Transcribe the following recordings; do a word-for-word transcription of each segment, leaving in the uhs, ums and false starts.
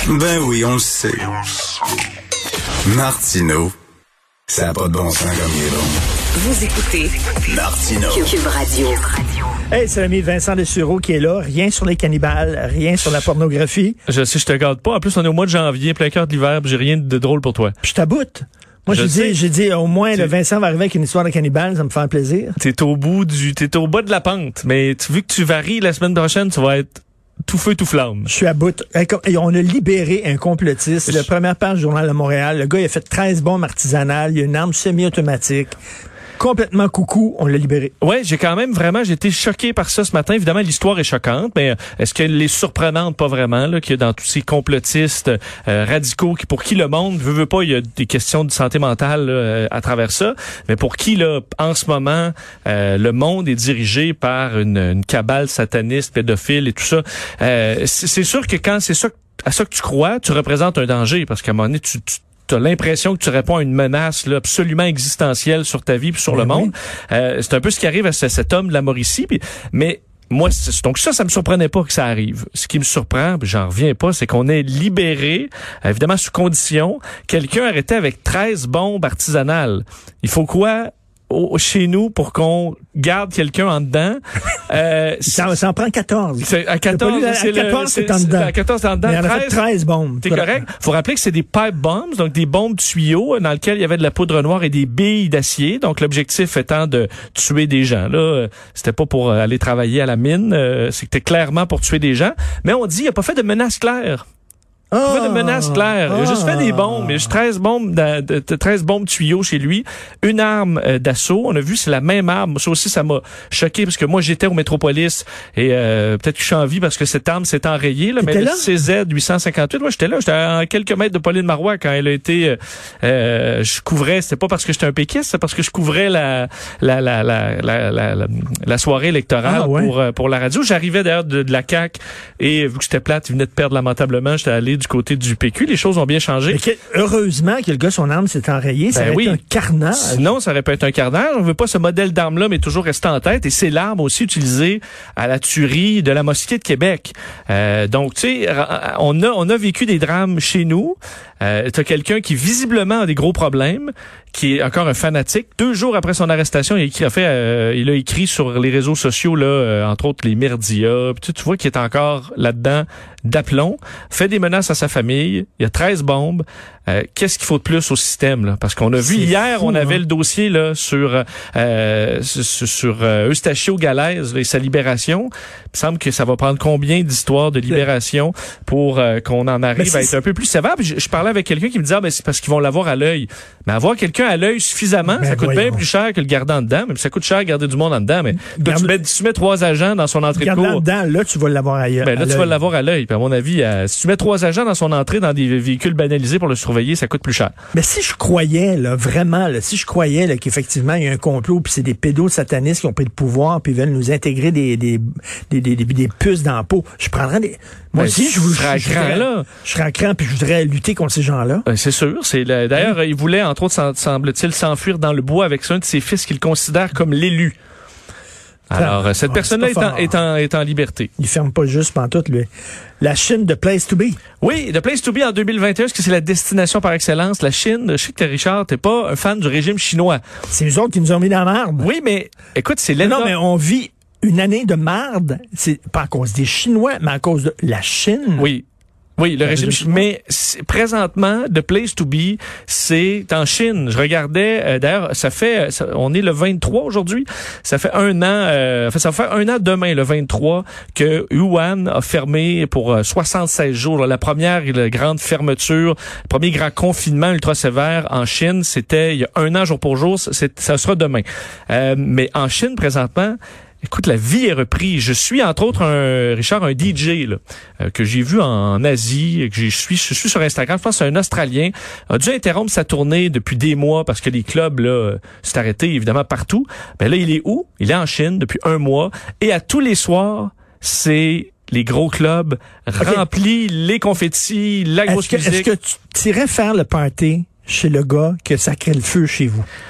Ben oui, on le sait. Martineau, ça n'a pas de bon sens comme il est bon. Vous écoutez Martineau. Cube Radio. Hey, c'est l'ami Vincent Dessureau qui est là. Rien sur les cannibales, rien sur la pornographie. Je sais, je te garde pas. En plus, on est au mois de janvier, plein cœur de l'hiver, j'ai rien de drôle pour toi. Je t'aboute. Moi, Je j'ai sais. dit, j'ai dit, au moins, le Vincent va arriver avec une histoire de cannibale, ça me fait plaisir. T'es au bout du, t'es au bas de la pente. Mais tu, vu que tu varies la semaine prochaine, tu vas être tout feu, tout flamme. Je suis à bout. Et on a libéré un complotiste. C'est la première page du Journal de Montréal. Le gars, il a fait treize bombes artisanales. Il y a une arme semi-automatique. Complètement coucou, on l'a libéré. Ouais, j'ai quand même vraiment, j'ai été choqué par ça ce matin. Évidemment, l'histoire est choquante, mais est-ce qu'elle est surprenante? Pas vraiment, là, qu'il y a dans tous ces complotistes euh, radicaux qui, pour qui le monde veut, veut pas, il y a des questions de santé mentale là, à travers ça, mais pour qui, là, en ce moment, euh, le monde est dirigé par une, une cabale sataniste, pédophile et tout ça. Euh, c'est, c'est sûr que quand c'est ça, à ça que tu crois, tu représentes un danger, parce qu'à un moment donné, tu, tu t'as l'impression que tu réponds à une menace là, absolument existentielle sur ta vie puis sur oui, le monde. Oui. Euh, c'est un peu ce qui arrive à ce, cet homme de la Mauricie. Puis, mais moi, c'est, donc ça, ça me surprenait pas que ça arrive. Ce qui me surprend, puis j'en reviens pas, c'est qu'on ait libéré, évidemment sous condition, quelqu'un arrêté avec treize bombes artisanales. Il faut quoi au, chez nous pour qu'on garde quelqu'un en dedans? Euh, ça, ça en prend quatorze. C'est, à quatorze, à c'est, quatorze, le, c'est, c'est en dedans. À quatorze, c'est en dedans. Mais il en a fait treize, treize bombes. T'es correct? Faut rappeler que c'est des pipe bombs, donc des bombes tuyaux dans lesquelles il y avait de la poudre noire et des billes d'acier. Donc l'objectif étant de tuer des gens. Là, c'était pas pour aller travailler à la mine, c'était clairement pour tuer des gens. Mais on dit, il a pas fait de menace claire. Ah, Pas de menace claire. Il a juste fait des bombes. Il y a juste treize bombes, de, de, de treize bombes tuyaux chez lui. Une arme euh, d'assaut. On a vu, c'est la même arme. Ça aussi, ça m'a choqué parce que moi, j'étais au Métropolis et euh, peut-être que je suis en vie parce que cette arme s'est enrayée. Là, mais le C Z huit cent cinquante-huit, moi, j'étais là. J'étais à quelques mètres de Pauline Marois quand elle a été... Euh, euh, je couvrais, c'était pas parce que j'étais un péquiste, c'est parce que je couvrais la la la la la, la, la, la soirée électorale ah, ouais. pour euh, pour la radio. J'arrivais d'ailleurs de, de la C A Q et vu que j'étais plate, il venait de perdre lamentablement, j'étais allé du côté du P Q. Les choses ont bien changé. Que, heureusement que le gars, son arme s'est enrayée. Ça ben aurait oui. été un carnage. Sinon, ça aurait pu être un carnage. On veut pas ce modèle d'arme-là, mais toujours rester en tête. Et c'est l'arme aussi utilisée à la tuerie de la mosquée de Québec. Euh, donc, tu sais, on a, on a vécu des drames chez nous. Euh, t'as quelqu'un qui visiblement a des gros problèmes, qui est encore un fanatique. Deux jours après son arrestation, il a écrit, a fait, euh, il a écrit sur les réseaux sociaux, là, euh, entre autres les Myrdia. Puis tu, tu vois qu'il est encore là-dedans d'aplomb. Fait des menaces à sa famille. Il y a treize bombes. Euh, qu'est-ce qu'il faut de plus au système, là? Parce qu'on a vu C'est hier, fou, on avait hein? le dossier là sur euh, sur, sur euh, Eustachio Galès là, et sa libération. Il me semble que ça va prendre combien d'histoires de libération pour euh, qu'on en arrive à être un peu plus sévère. Puis je, je parlais avec quelqu'un qui me disait ah, ben c'est parce qu'ils vont l'avoir à l'œil. Mais avoir quelqu'un à l'œil suffisamment, ben ça coûte voyons. bien plus cher que le garder en dedans. Même ça coûte cher de garder du monde en dedans. Mais Garde... tu, mets, tu mets trois agents dans son entrée de cour. Dedans, là, tu vas l'avoir ailleurs. Ben là, tu vas l'avoir à l'œil. Puis à mon avis, euh, si tu mets trois agents dans son entrée dans des véhicules banalisés pour le surveiller, ça coûte plus cher. Mais si je croyais, là, vraiment, là, si je croyais là, qu'effectivement, il y a un complot, puis c'est des pédos satanistes qui ont pris le pouvoir, puis ils veulent nous intégrer des des des, des, des, des puces dans la peau, je prendrais des... Moi ben, aussi, je, je, serais je, à cran, je, là. je serais à cran, puis je voudrais lutter contre ces gens-là. Ben, c'est sûr. C'est le, d'ailleurs, oui. il voulait, entre autres, semble-t-il, s'enfuir dans le bois avec un de ses fils qu'il considère comme l'élu. Alors, ah, cette ah, personne-là est, en, est, en, est en liberté. Il ferme pas juste pantoute, lui. La Chine, de Place to Be. Oui, The Place to Be en deux mille vingt et un, est-ce que c'est la destination par excellence? La Chine, je sais que Richard, t'es pas un fan du régime chinois. C'est eux autres qui nous ont mis dans la merde. Oui, mais écoute, c'est l'énorme... Non, mais on vit une année de marde. C'est pas à cause des Chinois, mais à cause de la Chine. Oui. Oui, le régime chinois. Mais présentement, The Place to Be, c'est en Chine. Je regardais, euh, d'ailleurs, ça fait, ça, on est le vingt-trois aujourd'hui. Ça fait un an, euh, ça fait un an demain, le vingt-trois, que Wuhan a fermé pour euh, soixante-seize jours. Là, la première la grande fermeture, le premier grand confinement ultra sévère en Chine, c'était il y a un an jour pour jour. C'est, ça sera demain. Euh, mais en Chine, présentement, écoute, la vie est reprise. Je suis, entre autres, un Richard, un D J là, euh, que j'ai vu en Asie, que je suis, je suis sur Instagram. Je pense que c'est un Australien. A dû interrompre sa tournée depuis des mois parce que les clubs là s'est arrêté évidemment partout. Ben là, il est où? Il est en Chine depuis un mois. Et à tous les soirs, c'est les gros clubs okay. remplis, les confettis, la grosse est-ce que, musique. Est-ce que tu irais faire le party chez le gars que ça crée le feu chez vous?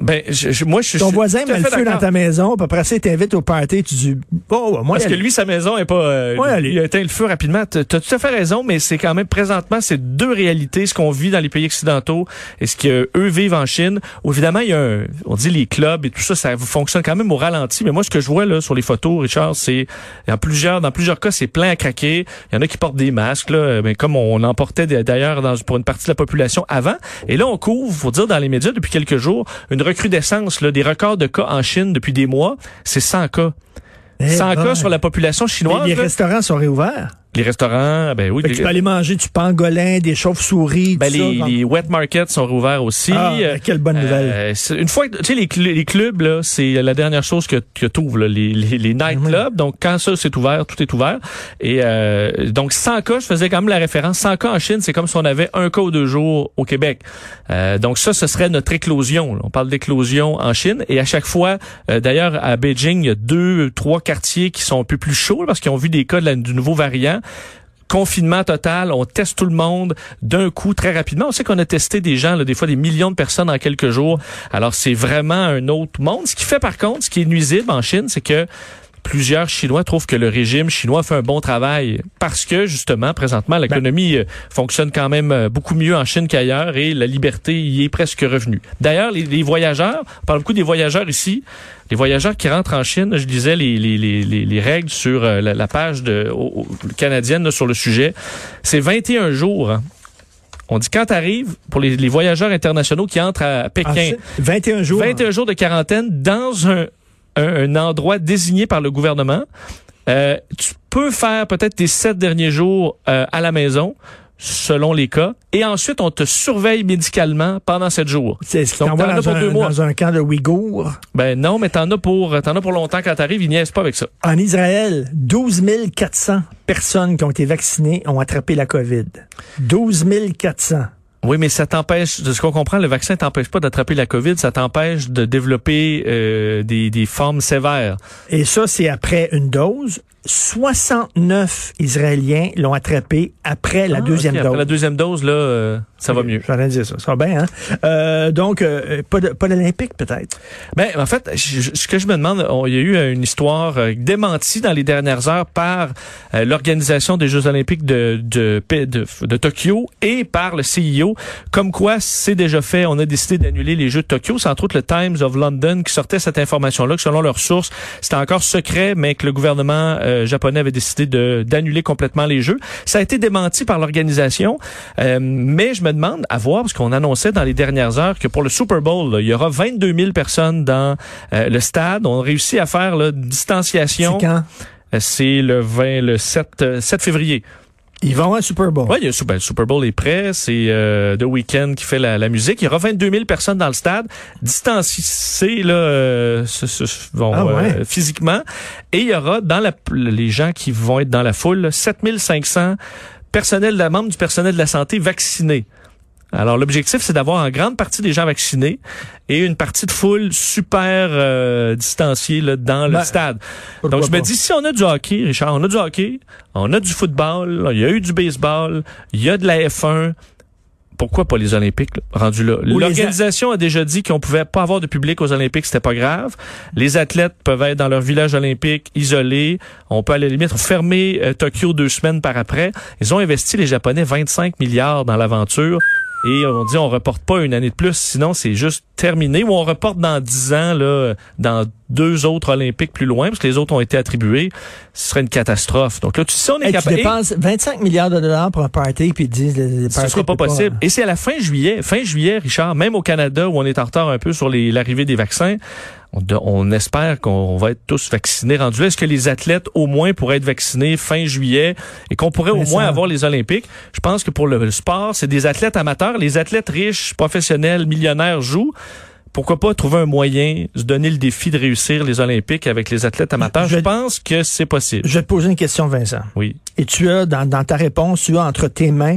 Ben, je, je, moi, je Ton suis voisin tout à met le fait feu d'accord. dans ta maison, puis après ça, il t'invite au party, tu dis, oh, moi, Parce que lui, sa maison est pas, euh, Ouais, allez. il a éteint le feu rapidement. T'as, t'as tout à fait raison, mais c'est quand même, présentement, c'est deux réalités, ce qu'on vit dans les pays occidentaux et ce qu'eux vivent en Chine, où évidemment, il y a un, on dit les clubs et tout ça, ça fonctionne quand même au ralenti, mais moi, ce que je vois, là, sur les photos, Richard, c'est, dans plusieurs, dans plusieurs cas, c'est plein à craquer. Il y en a qui portent des masques, là, mais comme on en portait d'ailleurs dans, pour une partie de la population avant. Et là, on couvre, faut dire, dans les médias depuis quelques jours, une recrudescence, là, des records de cas en Chine depuis des mois. C'est cent cas. Eh cent ben. cas sur la population chinoise. Les, les là. restaurants sont réouverts. Les restaurants, ben oui. Fait que les, tu peux aller manger du pangolin, des chauves-souris, ben tout les, ça. les wet markets sont rouverts aussi. Ah, ben, quelle bonne nouvelle. Euh, c'est- une fois, que- tu sais, les, cl- les clubs, là, c'est la dernière chose que, que t'ouvres, là, les, les, les nightclubs. Donc, quand ça, c'est ouvert, tout est ouvert. Et euh, donc, cent cas, je faisais quand même la référence. cent cas en Chine, c'est comme si on avait un cas ou deux jours au Québec. Euh, donc, ça, ce serait notre éclosion. Là. On parle d'éclosion en Chine. Et à chaque fois, euh, d'ailleurs, à Beijing, il y a deux, trois quartiers qui sont un peu plus chauds parce qu'ils ont vu des cas de la- du nouveau variant. Confinement total, on teste tout le monde d'un coup très rapidement. On sait qu'on a testé des gens, là, des fois des millions de personnes en quelques jours. Alors c'est vraiment un autre monde. Ce qui fait par contre, ce qui est nuisible en Chine, c'est que plusieurs Chinois trouvent que le régime chinois fait un bon travail parce que, justement, présentement, l'économie ben, fonctionne quand même beaucoup mieux en Chine qu'ailleurs et la liberté y est presque revenue. D'ailleurs, les, les voyageurs, on parle beaucoup des voyageurs ici, les voyageurs qui rentrent en Chine, je lisais les, les, les, les règles sur la, la page de, au, au, canadienne là, sur le sujet, c'est vingt et un jours. Hein. On dit quand t'arrives, pour les, les voyageurs internationaux qui entrent à Pékin, ah, vingt et un jours. vingt et un jours de quarantaine dans un Un, un endroit désigné par le gouvernement. Euh, tu peux faire peut-être tes sept derniers jours euh, à la maison, selon les cas, et ensuite on te surveille médicalement pendant sept jours. C'est ce qui Donc, t'envoie t'en as dans, pour un, deux mois. dans un camp de Ouïghours. Ben non, mais t'en as pour t'en as pour longtemps quand t'arrives, ils niaisent pas avec ça. En Israël, douze mille quatre cents personnes qui ont été vaccinées ont attrapé la COVID. douze mille quatre cents. Oui, mais ça t'empêche, de ce qu'on comprend, le vaccin t'empêche pas d'attraper la COVID, ça t'empêche de développer euh, des, des formes sévères. Et ça, c'est après une dose. soixante-neuf Israéliens l'ont attrapé après la Ah, deuxième okay. dose. Après la deuxième dose, là, euh, ça va mieux. Je vais dire ça. Ça va bien, hein? Euh, donc, euh, pas de, pas d'Olympique, peut-être? Ben, en fait, je, ce que je me demande, on, il y a eu une histoire euh, démentie dans les dernières heures par euh, l'organisation des Jeux olympiques de, de, de, de, de Tokyo et par le C I O, comme quoi c'est déjà fait. On a décidé d'annuler les Jeux de Tokyo. C'est entre autres le Times of London qui sortait cette information-là, que selon leurs sources, c'était encore secret, mais que le gouvernement euh, japonais avait décidé de d'annuler complètement les Jeux. Ça a été démenti par l'organisation, euh, mais je me demande à voir, parce qu'on annonçait dans les dernières heures que pour le Super Bowl, là, il y aura vingt-deux mille personnes dans euh, le stade. On a réussi à faire là, une distanciation. C'est quand? Euh, c'est le vingt, le sept, euh, sept février. Ils vont à Super Bowl. Oui, il y a, ben, le Super Bowl est prêt. C'est euh, The Weeknd qui fait la, la musique. Il y aura vingt-deux mille personnes dans le stade, distanciées là, euh, ce, ce, bon, ah, ouais. euh, physiquement. Et il y aura dans la, les gens qui vont être dans la foule, sept mille cinq cents personnels, de membres du personnel de la santé vaccinés. Alors, l'objectif, c'est d'avoir en grande partie des gens vaccinés et une partie de foule super euh, distanciée là, dans le ben, stade. Donc, je me pas? dis, si on a du hockey, Richard, on a du hockey, on a du football, il y a eu du baseball, il y a de la F un, pourquoi pas les Olympiques, là, rendus là? Ou L'organisation a... a déjà dit qu'on pouvait pas avoir de public aux Olympiques, c'était pas grave. Les athlètes peuvent être dans leur village olympique, isolés. On peut à la limite fermer euh, Tokyo deux semaines par après. Ils ont investi, les Japonais, vingt-cinq milliards dans l'aventure. Et on dit on reporte pas une année de plus, sinon c'est juste terminé. Ou on reporte dans dix ans, là, dans deux autres Olympiques plus loin, parce que les autres ont été attribués. Ce serait une catastrophe. Donc là, tu sais, on est hey, capable. Tu dépenses vingt-cinq milliards de dollars pour un party, puis ils disent les Ce sera pas possible. Pas... Et c'est à la fin juillet. Fin juillet, Richard, même au Canada, où on est en retard un peu sur les, l'arrivée des vaccins, on, on espère qu'on va être tous vaccinés rendus là. Est-ce que les athlètes, au moins, pourraient être vaccinés fin juillet et qu'on pourrait Mais au moins ça... avoir les Olympiques? Je pense que pour le, le sport, c'est des athlètes amateurs. Les athlètes riches, professionnels, millionnaires jouent. Pourquoi pas trouver un moyen, se donner le défi de réussir les Olympiques avec les athlètes amateurs? Je, je pense que c'est possible. Je vais te poser une question, Vincent. Oui. Et tu as, dans, dans ta réponse, tu as entre tes mains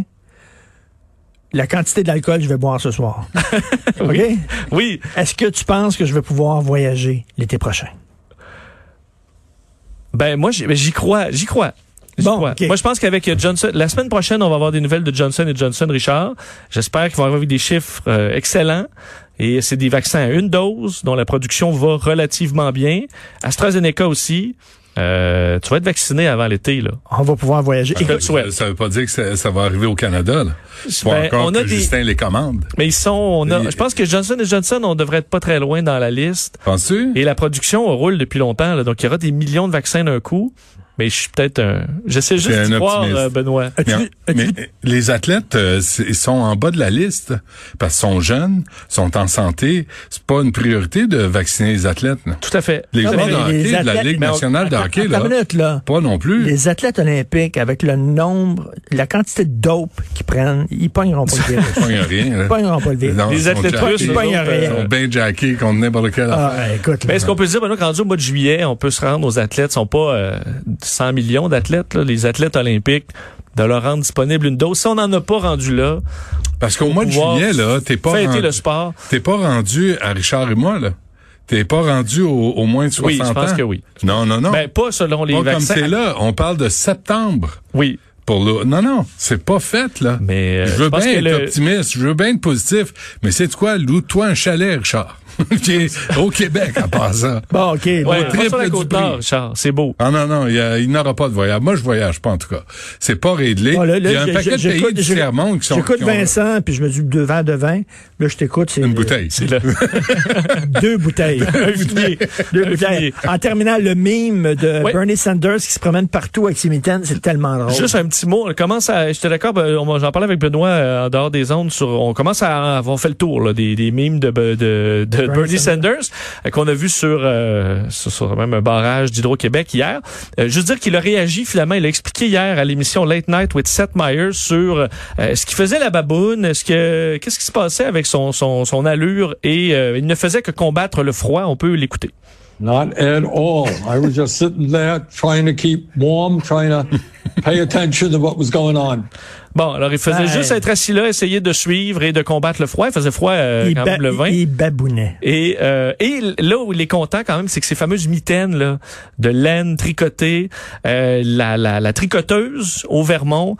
la quantité d'alcool que je vais boire ce soir. oui. OK? Oui. Est-ce que tu penses que je vais pouvoir voyager l'été prochain? Ben, moi, j'y, j'y crois. J'y crois. J'y Bon, crois. okay. Moi, je pense qu'avec Johnson, la semaine prochaine, on va avoir des nouvelles de Johnson et Johnson, Richard. J'espère qu'ils vont arriver avec des chiffres euh, excellents. Et c'est des vaccins à une dose dont la production va relativement bien. AstraZeneca aussi. Euh, tu vas être vacciné avant l'été, là. On va pouvoir voyager. Écoute, ça, ça veut pas dire que ça, ça va arriver au Canada, là. Faut ben, encore on a que des... Justin les commande. Mais ils sont, on a, je pense que Johnson et Johnson, on devrait être pas très loin dans la liste. Penses-tu? Et la production roule depuis longtemps, là. Donc il y aura des millions de vaccins d'un coup. Mais je suis peut-être un... J'essaie juste d'y croire, euh, Benoît. As-tu, mais, as-tu... mais les athlètes, euh, ils sont en bas de la liste parce qu'ils sont jeunes, sont en santé. C'est pas une priorité de vacciner les athlètes. Là. Tout à fait. Les joueurs de hockey, les athlètes, de la Ligue nationale de hockey, là, minute, là, pas non plus. Les athlètes olympiques, avec le nombre, la quantité de dope qu'ils prennent, ils pogneront pas le virus. Ils pognent rien. Ils pogneront pas le virus. Non, les athlètes russes, ils pognent rien. Ils sont bien jackés contre n'importe quelle ah, affaire. écoute, Mais est-ce qu'on peut dire, Benoît, qu'en au mois de juillet, on peut se rendre aux athlètes, sont pas euh, cent millions d'athlètes, là, les athlètes olympiques, de leur rendre disponible une dose. Si on n'en a pas rendu là... Parce qu'au mois de juillet, là, t'es pas fêter rendu, le sport. T'es pas rendu à Richard et moi, là. T'es pas rendu au, au moins de soixante ans. Oui, je pense que oui. Non, non, non. Ben, pas selon les pas vaccins. comme c'est là. On parle de septembre. Oui. Pour le... Non, non, c'est pas fait, là. Mais euh, je veux je pense bien que être le... optimiste, je veux bien être positif, mais c'est quoi? Loue-toi un chalet, Richard. Au Québec, à part ça. Bon, OK. Ouais, bon, pas sur la du Côte-Nord, prix. Richard. C'est beau. Ah non, non, il, y a, il n'aura pas de voyage. Moi, je voyage pas, en tout cas. C'est pas réglé. Bon, là, là, il y a un je- paquet je- de pays j'écoute- du je- tiers-monde qui sont... J'écoute qui ont- Vincent, puis je me dis deux verres de vin. Là, je t'écoute, c'est... Une bouteille. C'est là. Deux bouteilles. Un finier. Deux Un bouteilles. finier. En terminant, le mime de Oui. Bernie Sanders qui se promène partout avec ses mitaines, c'est tellement drôle. Juste un petit mot. On commence à, j'étais d'accord, ben, on- j'en parlais avec Benoît euh, en dehors des ondes sur, on commence à avoir fait le tour, là, des, des mimes de, de, de Bernie, Bernie Sanders, euh, qu'on a vu sur, euh, sur, sur même un barrage d'Hydro-Québec hier. Euh, juste dire qu'il a réagi finalement, il a expliqué hier à l'émission Late Night with Seth Meyers sur euh, ce qu'il faisait la baboune, ce que, qu'est-ce qui se passait avec son, son, son allure et euh, il ne faisait que combattre le froid. On peut l'écouter. Not at all. I was just sitting there trying to keep warm, trying to pay attention to what was going on. Bon, alors il faisait Ouais. juste être assis là, essayer de suivre et de combattre le froid. Il faisait froid euh, il, quand ba- même le vin. il babounait. Et, euh, et là où il est content quand même, c'est que ces fameuses mitaines là, de laine tricotée, euh, la, la, la tricoteuse au Vermont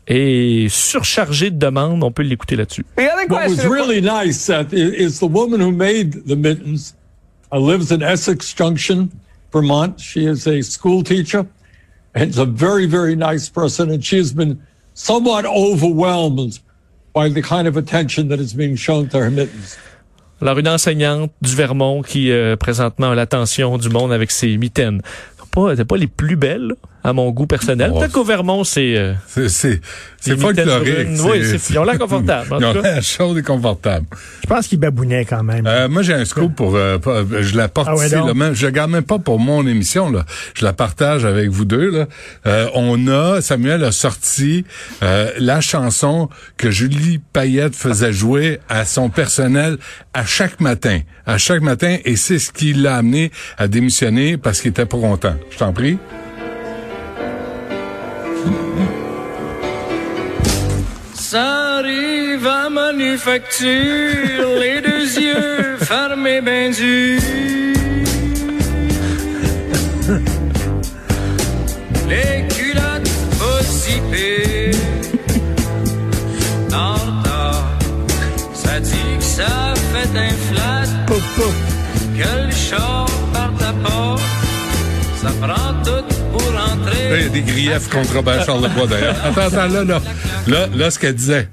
est surchargée de demandes. On peut l'écouter là-dessus. What was really nice, Seth, is, is the woman who made the mittens uh, lives in Essex Junction, Vermont. She is a school teacher and is a very, very nice person. And she has been somewhat overwhelmed by the kind of attention that is being shown to her mittens. Alors une enseignante du Vermont qui euh, présentement a l'attention du monde avec ses mitaines. Pas, c'est pas les plus belles là, à mon goût personnel. Oh. Peut-être qu'au Vermont c'est euh, C'est, c'est, c'est les mitaines folklorique. brunes. Oui, c'est, ils ont l'air confortables. En Ils ont tout cas. l'air chaude et confortable. Je pense qu'il babounait quand même. Euh, moi, j'ai un scoop pour... Euh, pas- je la porte Ah ouais, ici. donc. Là, même, je la garde même pas pour mon émission. Là. Je la partage avec vous deux. Là. Euh, on a... Samuel a sorti euh, la chanson que Julie Payette faisait jouer à son personnel à chaque matin. À chaque matin. Et c'est ce qui l'a amené à démissionner parce qu'il était pas content. Je t'en prie. Ça arrive à manufacture, les deux yeux fermés ben durs. Les culottes pas zippées. Tantôt, ça dit que ça fait un flat. Pouf, pouf. Que le char par ta porte, ça prend tout pour entrer. Là, il y a des griefs contre Robert Charlebois, d'ailleurs. Attends, attends, là, là. Là, là, ce qu'elle disait.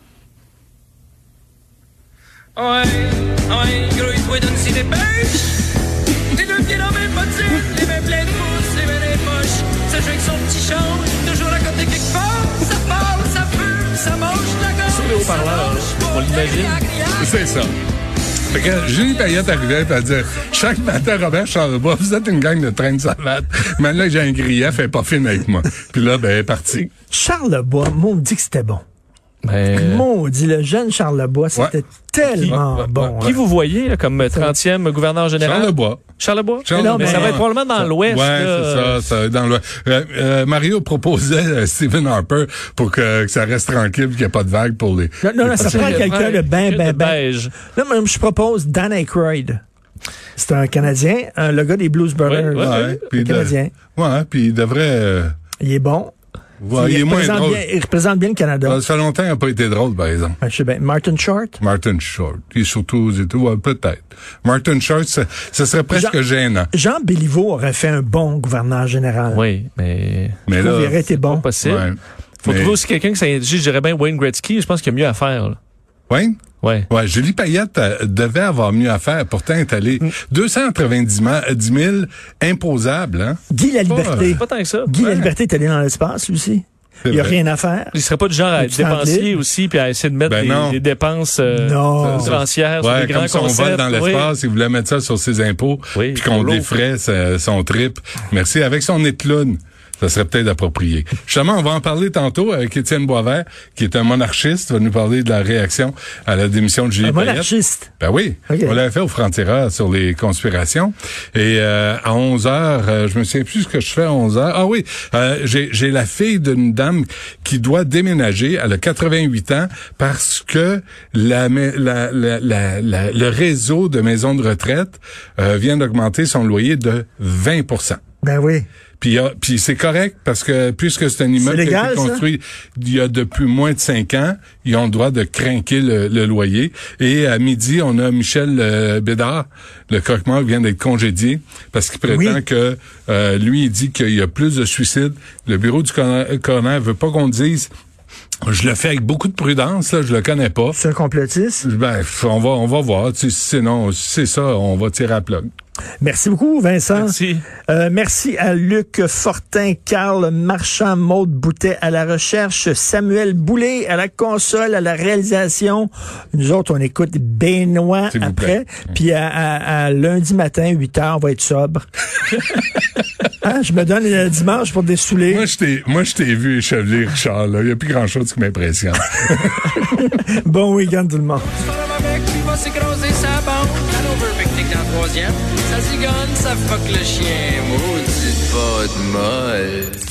Ouais, ouais, grouille-toi donne-y des pêches. Les deux pieds dans mes bottines, les mains pleines de pouces, les mains dans les poches. Ça joue avec son petit change, toujours à côté quelque part. Ça parle, ça fume, ça mange la gorge. Sur les haut-parleurs, on l'imagine. C'est ça. Fait que Julie Payette arrivait à dire chaque matin, Robert Charlebois, vous êtes une gang de train de savate. Mais là, j'ai un grief, elle est pas fine avec moi. Puis là, ben, elle est partie. Charles Lebois, maudit que c'était bon. Ben, Maudit, le jeune Charles Lebois, c'était Ouais. tellement Ouais, ouais, bon. qui vous voyez là, comme trentième gouverneur général? Charlebois. Charlebois? Charles Mais non, Mais mais- ça va être probablement dans l'Ouest. Ouais, là. c'est ça, ça, dans l'Ouest. Euh, euh, Mario proposait euh, Stephen Harper pour que, que ça reste tranquille, qu'il n'y ait pas de vague pour les... Non, non, non, ça prend quelqu'un de ben, ben, de ben. beige. Là, moi, je propose Dan Aykroyd. C'est un Canadien, un, le gars des Blues Brothers. Ouais, ouais. Ouais, puis un de- Canadien. Ouais, puis il devrait... euh, Il est bon. Ouais, il, il, est moins représente drôle. bien, il représente bien le Canada. Ça fait longtemps qu'il n'a pas été drôle, par exemple. Je sais bien. Martin Short? Martin Short. Il est surtout aux États-Unis. Ouais, peut-être. Martin Short, ça, ça serait presque Jean, gênant. Jean Béliveau aurait fait un bon gouverneur général. Oui, mais... Mais là, il aurait été bon. Pas possible. Ouais. Faut Mais... trouver aussi quelqu'un qui s'est, je dirais bien Wayne Gretzky, je pense qu'il y a mieux à faire, là. Wayne? Ouais. Ouais, Julie Payette euh, devait avoir mieux à faire. Pourtant, elle est allée mm. deux cent quatre-vingt-dix mille imposable, hein? Guy Laliberté. Pas, pas tant que ça. Guy ouais. Laliberté est allé dans l'espace, lui aussi. Il n'y a rien à faire. Il serait pas du genre à être dépensier aussi puis à essayer de mettre ben des, non. des dépenses euh, financières ouais, sur des grands comme si on concepts. vole dans l'espace, oui. Il voulait mettre ça sur ses impôts oui, puis qu'on défraie sa, son trip. Merci. Avec son nez de clown. Ça serait peut-être approprié. Justement, on va en parler tantôt avec Étienne Boisvert, qui est un monarchiste, va nous parler de la réaction à la démission de Julie Un Payette. monarchiste? Ben oui. Okay. On l'avait fait au Franc-Tireur sur les conspirations. Et euh, à onze heures, euh, je me souviens plus ce que je fais à onze heures. Ah oui, euh, j'ai, j'ai la fille d'une dame qui doit déménager. Elle a quatre-vingt-huit ans parce que la, la, la, la, la, le réseau de maisons de retraite euh, vient d'augmenter son loyer de vingt pour cent. Ben oui. Puis, puis c'est correct parce que puisque c'est un immeuble c'est légal, qui a été construit ça? Il y a depuis moins de cinq ans, ils ont le droit de crinquer le, le loyer. Et à midi, on a Michel euh, Bédard, le croque-mort, vient d'être congédié parce qu'il prétend oui. que euh, lui, il dit qu'il y a plus de suicides. Le bureau du coroner veut pas qu'on dise. Je le fais avec beaucoup de prudence, là, je le connais pas. C'est un complotiste? Ben, on va, on va voir. Tu sais, sinon, si c'est ça, on va tirer à la plug. Merci beaucoup, Vincent. Merci. Euh, merci à Luc Fortin, Carl Marchand, Maude Boutet à la recherche, Samuel Boulay à la console, à la réalisation. Nous autres, on écoute Benoît après. Puis à, à, à lundi matin, huit heures, on va être sobre. Hein, je me donne le dimanche pour dessouler. Moi, je t'ai, moi, je t'ai vu écheveler, Richard, là. Il n'y a plus grand-chose qui m'impressionne. Bon week-end, tout le monde. Ça zigonne, ça fuck le chien, maudit pas de molle.